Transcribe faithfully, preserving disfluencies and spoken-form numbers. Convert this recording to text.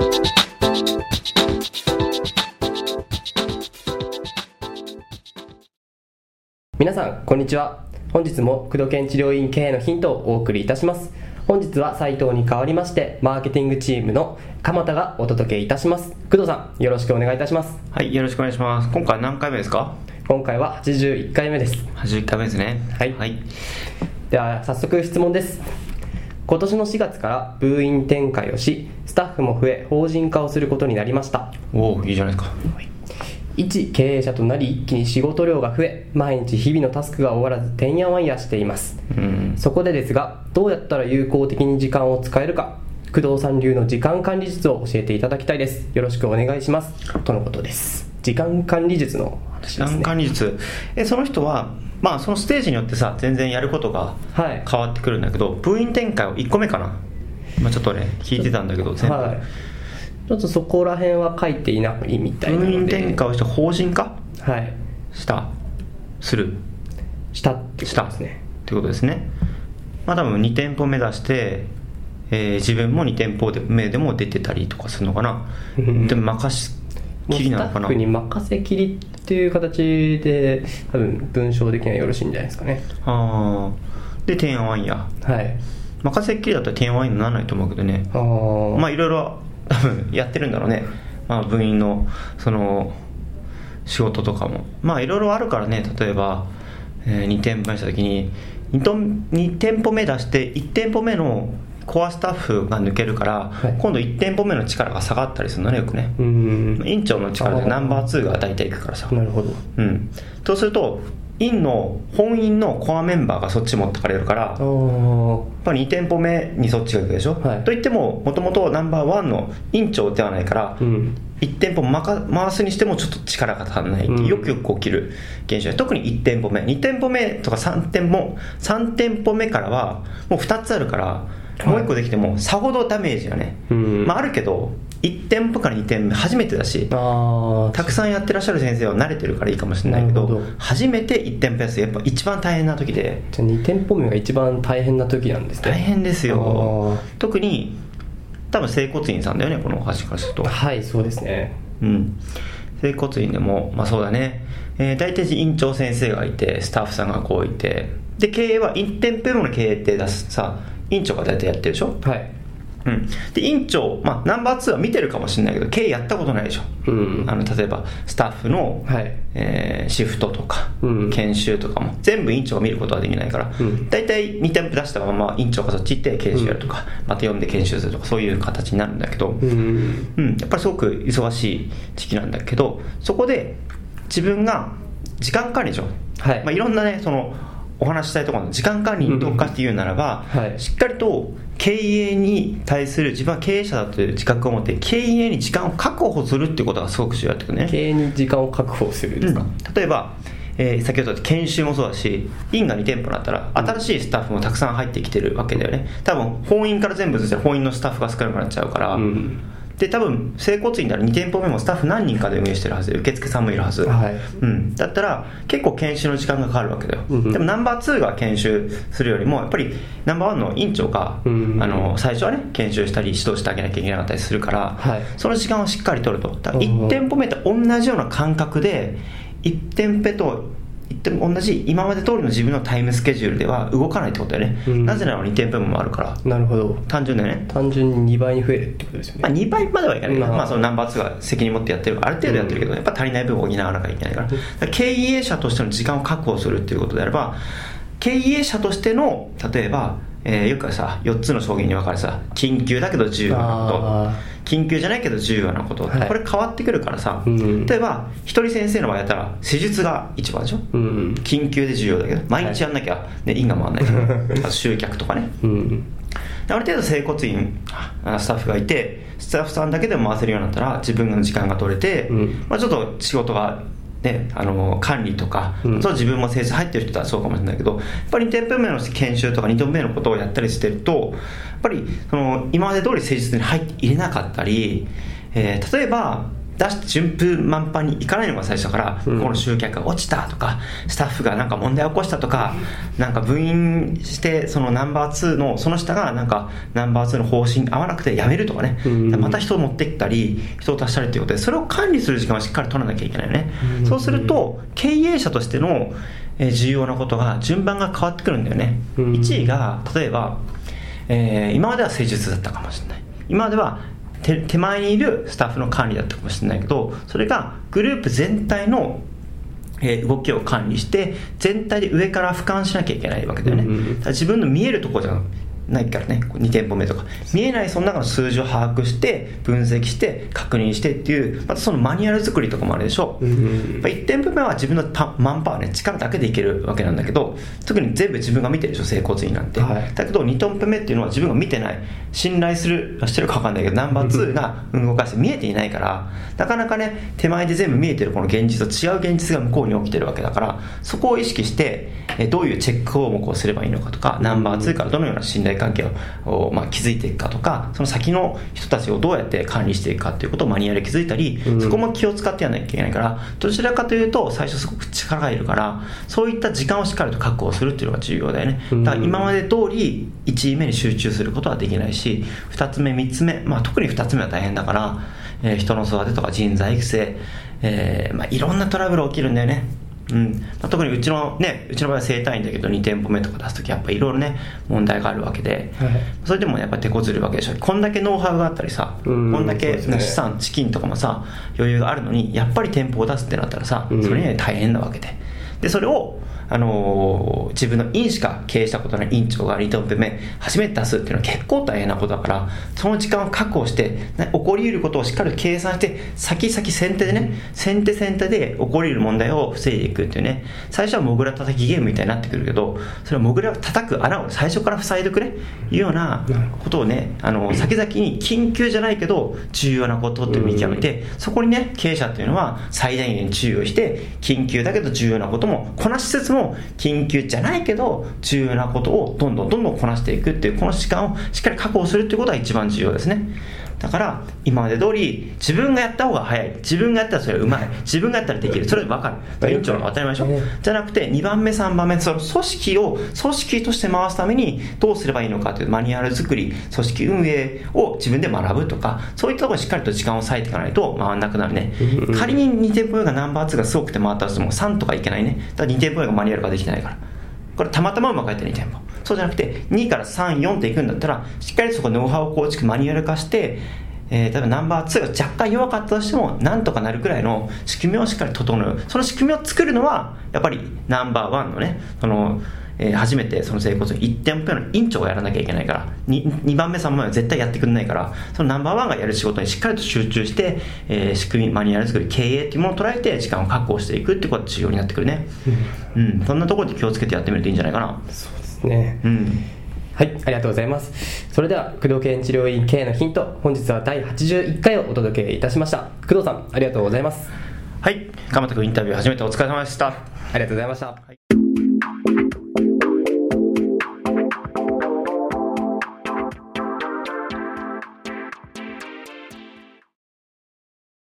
皆さんこんにちは。本日も工藤研治療院経営のヒントをお送りいたします。本日は斉藤に代わりましてマーケティングチームの鎌田がお届けいたします。工藤さんよろしくお願いいたします。 はい、よろしくお願いします。今回何回目ですか？ 今回ははちじゅういっかいめです。 はちじゅういっかいめですね。 はい、 はい、 では早速質問です。今年のしがつから部員展開をし、スタッフも増え法人化をすることになりました。 おお、いいじゃないですか。はい、 一経営者となり一気に仕事量が増え、毎日日々のタスクが終わらずてんやわんやしています。うん、そこでですが、どうやったら有効的に時間を使えるか、工藤さん流の時間管理術を教えていただきたいです。よろしくお願いしますとのことです。時間管理術の話ですね。 時間管理術、えその人はまあそのステージによってさ全然やることが変わってくるんだけど、はい、部員展開をいっこめかな、まあ、ちょっとね聞いてたんだけど全部、はい、 ちょっとそこら辺は書いていないみたいなので、 部員展開をして法人化、 はい、 したするしたってことですね。 ってことですね。まあ多分に店舗目指して、えー、自分もに店舗目でも出てたりとかするのかなでも任しきりなのかな、 スタッフに任せきりっていう形で多分文章的にはよろしいんじゃないですかね。 ああ、でてんやわんや、はい、任せっきりだったらてんやわんやにならないと思うけどね。あ、まあいろいろ多分やってるんだろうね、まあ、部員のその仕事とかもまあいろいろあるからね。例えば、えー、に店舗目した時に 2, 2店舗目出していち店舗目のコアスタッフが抜けるから、はい、今度いち店舗目の力が下がったりするのね、よくね。うん、院長の力でナンバーツーが大体いくからさ。 なるほど。 うん。そうすると院の本院のコアメンバーがそっち持ってかれるから、やっぱりに店舗目にそっちが行くでしょ。はい、といってももともとナンバーワンの院長ではないから、うん、いち店舗回すにしてもちょっと力が足らないって、うん、よくよく起きる現象で、特にいち店舗目に店舗目とかさん店舗さん店舗目からはもうふたつあるから、もういっこできてもさほどダメージはね、うん、まああるけどいち店舗からに店目初めてだし、あたくさんやってらっしゃる先生は慣れてるからいいかもしれないけ ど, ど初めていち店舗やすやっぱ一番大変な時で、 じゃあに店舗目が一番大変な時なんですね。 大変ですよ。特に多分整骨院さんだよね、このお話からすると。 はい、そうですね。 うん、整骨院でもまあそうだね、えー、大体院長先生がいてスタッフさんがこういて、で経営はいち店舗目の経営って出すさ院長が大体やってるでしょ。はい。うん、で院長、まあ、ナンバーツーは見てるかもしれないけど経営やったことないでしょ。うん、あの例えばスタッフの、はい、えー、シフトとか、うん、研修とかも全部院長が見ることはできないから、うん、大体に店舗出したまま院長がそっち行って研修やるとか、うん、また呼んで研修するとかそういう形になるんだけど、うんうん、やっぱりすごく忙しい時期なんだけど、そこで自分が時間管理でしょ、はい、まあ、いろんなねそのお話ししたいところの時間管理に特化っていうならば、うん、はい、しっかりと経営に対する自分は経営者だという自覚を持って経営に時間を確保するっていうことがすごく重要だってことね。 経営に時間を確保するですか。うん、 例えば、えー、先ほど言った研修もそうだし、院がに店舗だったら新しいスタッフもたくさん入ってきてるわけだよね。多分本院から全部ずつで本院のスタッフが少なくなっちゃうから、うん、で多分整骨院ならに店舗目もスタッフ何人かで運営してるはずで受付さんもいるはず、はい、うん、だったら結構研修の時間がかかるわけだよ。うんうん、でもナンバーツーが研修するよりもやっぱりナンバーワンの院長が、うんうん、あの最初はね研修したり指導してあげなきゃいけなかったりするから、はい、その時間をしっかり取ると。だからいち店舗目と同じような感覚でいち店舗と同じ今まで通りの自分のタイムスケジュールでは動かないってことだよね。うん、なぜならに店舗目もあるから。 なるほど。 単純だよね。 単純にに倍に増えるってことですよね。 まあ、にばいまではいかないけど、まあ、そのナンバーツーが責任持ってやってるからある程度やってるけど、うん、やっぱ足りない部分を補わなきゃいけないから、だから経営者としての時間を確保するっていうことであれば、経営者としての例えば、えー、よくさよっつの証言に分かれさ、緊急だけど重要なこと緊急じゃないけど重要なこと、はい、これ変わってくるからさ、うん、例えば一人先生の場合やったら施術が一番でしょ、うん、緊急で重要だけど毎日やんなきゃ、ね、院が回んないから集客とかね、うん、ある程度整骨院スタッフがいてスタッフさんだけでも回せるようになったら自分の時間が取れて、うん、まあ、ちょっと仕事がね、あの管理とか、うん、そう自分も先生入ってる人はそうかもしれないけど、やっぱりに店舗目の研修とかに店舗目のことをやったりしてると、やっぱりその今まで通り施術に入って入れなかったり、えー、例えば出して順風満帆にいかないのが最初だから、 うん、 この集客が落ちたとかスタッフがなんか問題を起こしたとか、なんか分員してそのナンバーツーのその下がなんかナンバーツーの方針合わなくて辞めるとかね、うん、また人を持ってきたり人を足したりということで、それを管理する時間はしっかり取らなきゃいけないよね、うん、そうすると経営者としての重要なことが順番が変わってくるんだよね、うん、いちいが例えば、えー、今までは施術だったかもしれない、今までは 手, 手前にいるスタッフの管理だったかもしれないけど、それがグループ全体の動きを管理して全体で上から俯瞰しなきゃいけないわけだよね、うん、だから自分の見えるところじゃないからね、に店舗目とか見えないその中の数字を把握して分析して確認してっていう、またそのマニュアル作りとかもあるでしょ、うん、いち店舗目は自分のマンパワーね、力だけでいけるわけなんだけど、特に全部自分が見てるでしょ、整骨院なんて、はい、だけどに店舗目っていうのは自分が見てない、信頼するしてるか分かんないけどナンバーツーが動かして見えていないから、なかなかね手前で全部見えてるこの現実と違う現実が向こうに起きてるわけだから、そこを意識してどういうチェック項目をすればいいのかとか、ナンバーツーからどのような信頼関係を、まあ、築いていくかとか、その先の人たちをどうやって管理していくかっていうことをマニュアルで築いたり、そこも気を使ってやらなきゃいけないから、どちらかというと最初すごく力がいるから、そういった時間をしっかりと確保するっていうのが重要だよね。だから今まで通りいちいめに集中することはできないし、ふたつめみっつめ、まあ、特にふたつめは大変だから、えー、人の育てとか人材育成、えーまあ、いろんなトラブル起きるんだよね。うんまあ、特にうちのね、うちの場合は整体院だけどに店舗目とか出すときやっぱいろいろね問題があるわけで、はい、それでもやっぱ手こずるわけでしょ。こんだけノウハウがあったりさ、こんだけ資産、資金とかもさ余裕があるのにやっぱり店舗を出すってなったらさ、それには大変なわけで、でそれをあのー、自分の院しか経営したことない院長がに店舗目初めて出すっていうのは結構大変なことだから、その時間を確保して起こり得ることをしっかり計算して先々先手でね、先手先手で起こり得る問題を防いでいくっていうね。最初はモグラ叩きゲームみたいになってくるけど、それはモグラを叩く穴を最初から塞いでくれいうようなことをね、あの先々に緊急じゃないけど重要なことって見極めて、そこにね経営者っていうのは最大限注意をして緊急だけど重要なこともこなしつつも緊急じゃないけど重要なことをどんどんどんどんこなしていくっていう、この時間をしっかり確保するっていうことが一番重要ですね。だから今まで通り自分がやった方が早い、自分がやったらそれはうまい、自分がやったらできる、それで分かる、院長の当たり前でしょ、じゃなくてにばんめさんばんめ、その組織を組織として回すためにどうすればいいのかというマニュアル作り、組織運営を自分で学ぶとか、そういったところにしっかりと時間を割いていかないと回らなくなるね。仮にに店舗目がナンバーツーがすごくて回ったとしてもさんとかいけないね。だからに店舗目がマニュアルができてないから、これたまたまうまくいってに店舗、そうじゃなくてにからさん、よんっていくんだったらしっかりそこノウハウを構築マニュアル化して、えー、例えばナンバーツーが若干弱かったとしてもなんとかなるくらいの仕組みをしっかり整う。その仕組みを作るのはやっぱりナンバーワンのね、そのえー、初めてその整骨院いち店舗目の院長がやらなきゃいけないから、 2, にばんめさんばんめは絶対やってくれないから、そのナンバーワンがやる仕事にしっかりと集中して、えー、仕組みマニュアル作り経営っていうものを捉えて時間を確保していくっていうことが重要になってくるね、うん、うん、そんなところで気をつけてやってみるといいんじゃないかな。 そうですね、 うん、 はい、ありがとうございます。それでは工藤健治療院経営のヒント、本日はだいはちじゅういっかいをお届けいたしました。工藤さんありがとうございます。 はい、鎌田君インタビュー初めてお疲れ様でした。 ありがとうございました。はい。